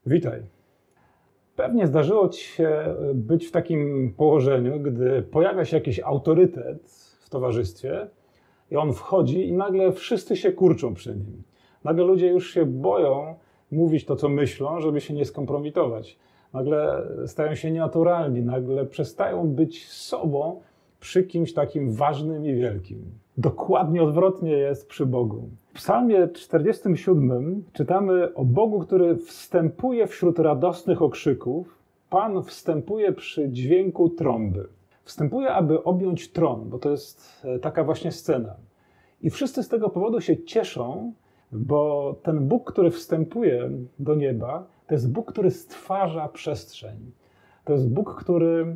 Witaj. Pewnie zdarzyło Ci się być w takim położeniu, gdy pojawia się jakiś autorytet w towarzystwie i on wchodzi i nagle wszyscy się kurczą przy nim. Nagle ludzie już się boją mówić to, co myślą, żeby się nie skompromitować. Nagle stają się nienaturalni, nagle przestają być sobą przy kimś takim ważnym i wielkim. Dokładnie odwrotnie jest przy Bogu. W Psalmie 47 czytamy o Bogu, który wstępuje wśród radosnych okrzyków. Pan wstępuje przy dźwięku trąby. Wstępuje, aby objąć tron, bo to jest taka właśnie scena. I wszyscy z tego powodu się cieszą, bo ten Bóg, który wstępuje do nieba, to jest Bóg, który stwarza przestrzeń. To jest Bóg, który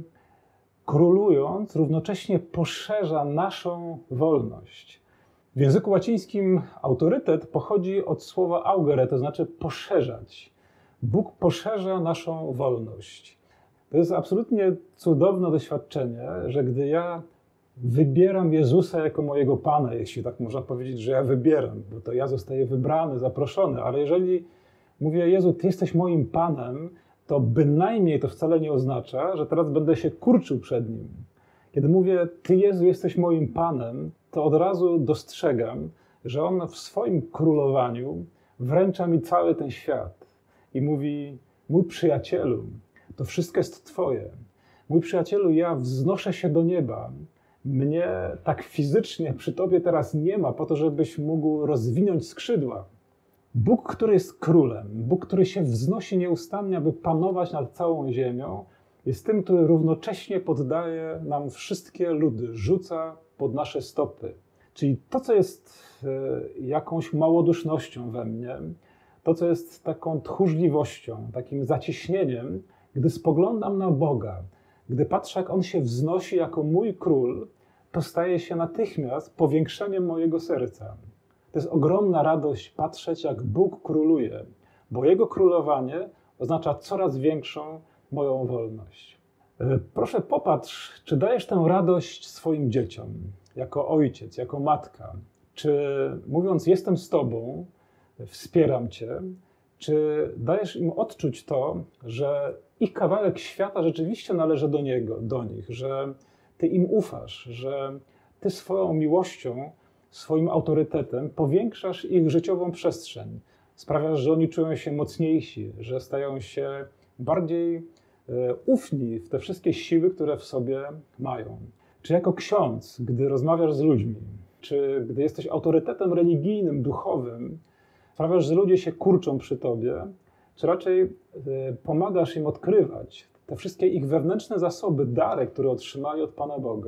królując, równocześnie poszerza naszą wolność. W języku łacińskim autorytet pochodzi od słowa augere, to znaczy poszerzać. Bóg poszerza naszą wolność. To jest absolutnie cudowne doświadczenie, że gdy ja wybieram Jezusa jako mojego Pana, jeśli tak można powiedzieć, że ja wybieram, bo to ja zostaję wybrany, zaproszony, ale jeżeli mówię, Jezu, Ty jesteś moim Panem, to bynajmniej to wcale nie oznacza, że teraz będę się kurczył przed Nim. Kiedy mówię, Ty, Jezu, jesteś moim Panem, to od razu dostrzegam, że On w swoim królowaniu wręcza mi cały ten świat i mówi, mój przyjacielu, to wszystko jest Twoje. Mój przyjacielu, ja wznoszę się do nieba. Mnie tak fizycznie przy Tobie teraz nie ma po to, żebyś mógł rozwinąć skrzydła. Bóg, który jest królem, Bóg, który się wznosi nieustannie, aby panować nad całą ziemią, jest tym, który równocześnie poddaje nam wszystkie ludy, rzuca pod nasze stopy. Czyli to, co jest jakąś małodusznością we mnie, to, co jest taką tchórzliwością, takim zacieśnieniem, gdy spoglądam na Boga, gdy patrzę, jak On się wznosi jako mój król, to staje się natychmiast powiększeniem mojego serca. To jest ogromna radość patrzeć, jak Bóg króluje, bo Jego królowanie oznacza coraz większą moją wolność. Proszę popatrz, czy dajesz tę radość swoim dzieciom, jako ojciec, jako matka, czy mówiąc jestem z Tobą, wspieram Cię, czy dajesz im odczuć to, że ich kawałek świata rzeczywiście należy do nich, że Ty im ufasz, że Ty swoją miłością, swoim autorytetem powiększasz ich życiową przestrzeń. Sprawiasz, że oni czują się mocniejsi, że stają się bardziej ufni w te wszystkie siły, które w sobie mają. Czy jako ksiądz, gdy rozmawiasz z ludźmi, czy gdy jesteś autorytetem religijnym, duchowym, sprawiasz, że ludzie się kurczą przy Tobie, czy raczej pomagasz im odkrywać te wszystkie ich wewnętrzne zasoby, dary, które otrzymali od Pana Boga.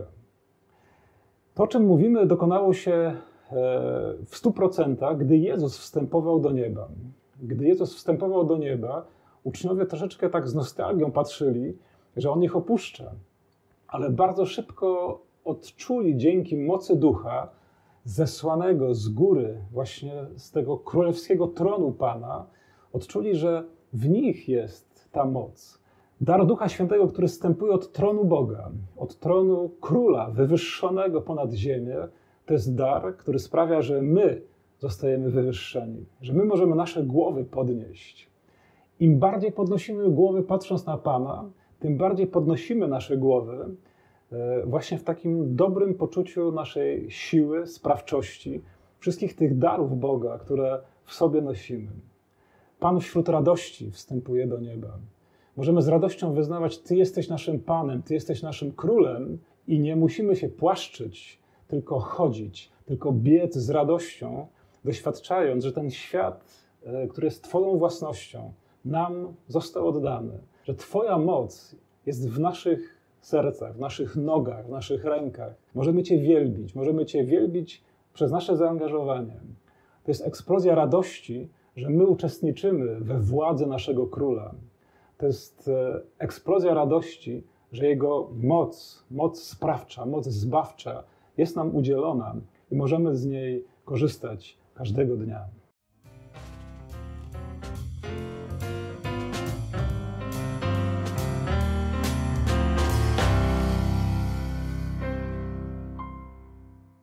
To, o czym mówimy, dokonało się w 100%, gdy Jezus wstępował do nieba. Gdy Jezus wstępował do nieba, uczniowie troszeczkę tak z nostalgią patrzyli, że On ich opuszcza. Ale bardzo szybko odczuli dzięki mocy Ducha zesłanego z góry, właśnie z tego królewskiego tronu Pana, odczuli, że w nich jest ta moc. Dar Ducha Świętego, który zstępuje od tronu Boga, od tronu Króla wywyższonego ponad ziemię, to jest dar, który sprawia, że my zostajemy wywyższeni, że my możemy nasze głowy podnieść. Im bardziej podnosimy głowy patrząc na Pana, tym bardziej podnosimy nasze głowy właśnie w takim dobrym poczuciu naszej siły, sprawczości, wszystkich tych darów Boga, które w sobie nosimy. Pan wśród radości wstępuje do nieba. Możemy z radością wyznawać, Ty jesteś naszym Panem, Ty jesteś naszym Królem i nie musimy się płaszczyć, tylko chodzić, tylko biec z radością, doświadczając, że ten świat, który jest Twoją własnością, nam został oddany, że Twoja moc jest w naszych sercach, w naszych nogach, w naszych rękach. Możemy Cię wielbić przez nasze zaangażowanie. To jest eksplozja radości, że my uczestniczymy we władzy naszego Króla. To jest eksplozja radości, że Jego moc sprawcza, moc zbawcza jest nam udzielona i możemy z niej korzystać każdego dnia.